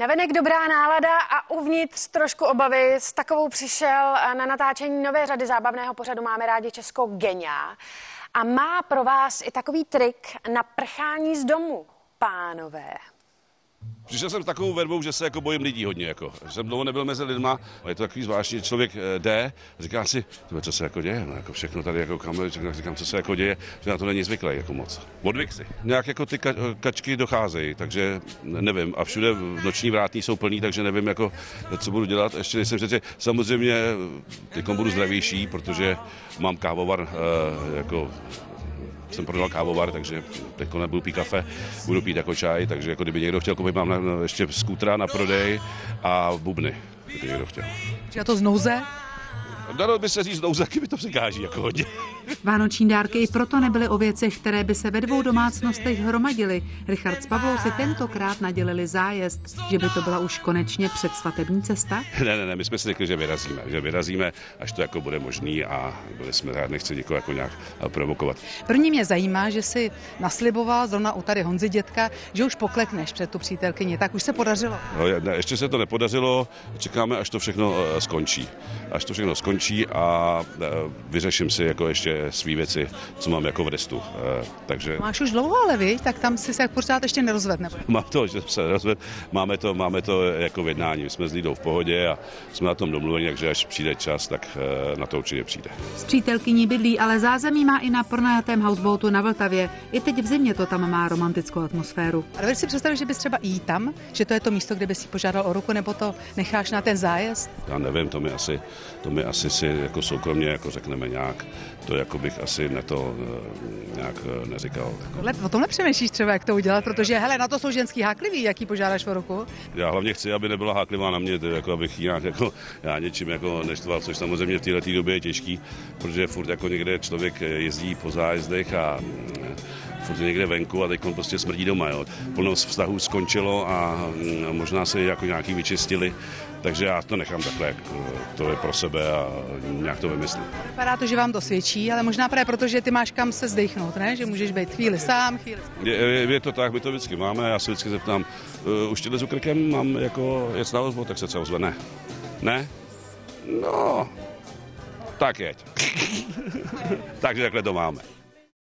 Navenek dobrá nálada a uvnitř trošku obavy. S takovou přišel na natáčení nové řady zábavného pořadu Máme rádi Česko Geniál. A má pro vás i takový trik na prchání z domu, pánové. Přišel jsem s takovou vervou, že se jako bojím lidí hodně. Jako. Jsem dlouho nebyl mezi lidma. Je to takový zvláštní, že člověk jde a říká si, co se jako děje. No, jako všechno tady jako kamery, říkám, co se jako děje, že na to není zvyklý jako moc. Odvyk si. Nějak jako ty kačky docházejí, takže nevím. A všude noční vrátní jsou plný, takže nevím, jako, co budu dělat. Ještě nejsem řeči. Samozřejmě teďkom budu zdravější, protože mám kávovar jako... Jsem prodal kávovar, takže teď nebudu pít kafe, budu pít jako čaj, takže jako kdyby někdo chtěl koupit, mám ještě skútra na prodej a bubny, kdyby někdo chtěl. A to z nouze? Dalo by se říct nouze, by to překáží jako hodně. Vánoční dárky i proto nebyly o věcech, které by se ve dvou domácnostech hromadily. Richard s Pavlou si tentokrát nadělili zájezd, že by to byla už konečně předsvatební cesta? Ne, my jsme si řekli, že vyrazíme, až to jako bude možný a byli jsme rád, nechci nikoho jako nějak provokovat. První mě zajímá, že si nasliboval zrovna u tady Honzy dětka, že už poklekneš před tu přítelkyni. Tak už se podařilo? No, ne, ještě se to nepodařilo, čekáme, až to všechno skončí. Až to všechno skončí a vyřeším si jako ještě svý věci, co mám jako v restu. Takže... Máš už dlouho, ale víš, tak tam si se pořád ještě nerozvedne. Mám to, že se rozvedl, máme to jako v jednání. My jsme s Lidou v pohodě a jsme na tom domluveni, takže až přijde čas, tak na to určitě přijde. S přítelkyní bydlí, ale zázemí má i na pronajatém houseboatu na Vltavě. I teď v zimě to tam má romantickou atmosféru. A dovedeš si představit, že bys třeba i tam, že to je to místo, kde bys si požádal o ruku, nebo to necháš na ten zájezd? Já nevím, to mi asi si jako soukromně jako řekneme nějak. To jako bych asi nějak neříkal. O tomhle přemýšlíš třeba, jak to udělat, protože hele, na to jsou ženský hákliví, jaký požádáš o ruku? Já hlavně chci, aby nebyla háklivá na mě, jako abych ji nějak jako, já něčím jako neštval, což samozřejmě v této době je těžký, protože furt jako někde člověk jezdí po zájezdech a furt je někde venku a teď on prostě smrdí doma. Jo. Plnost vztahů skončilo a možná se jako nějaký vyčistili, takže já to nechám takhle, jak to je pro sebe a nějak to vymyslím. Vypadá to, že vám to svědčí, ale možná právě proto, že ty máš kam se zdechnout, ne? Že můžeš být chvíli sám, chvíli sám. Je to tak, my to vždycky máme, já se vždycky zeptám, už tyhle s Ukrkem mám jako jet na ozvu, tak se třeba ozve, ne? Ne? No, tak jeď. Takže takhle to máme.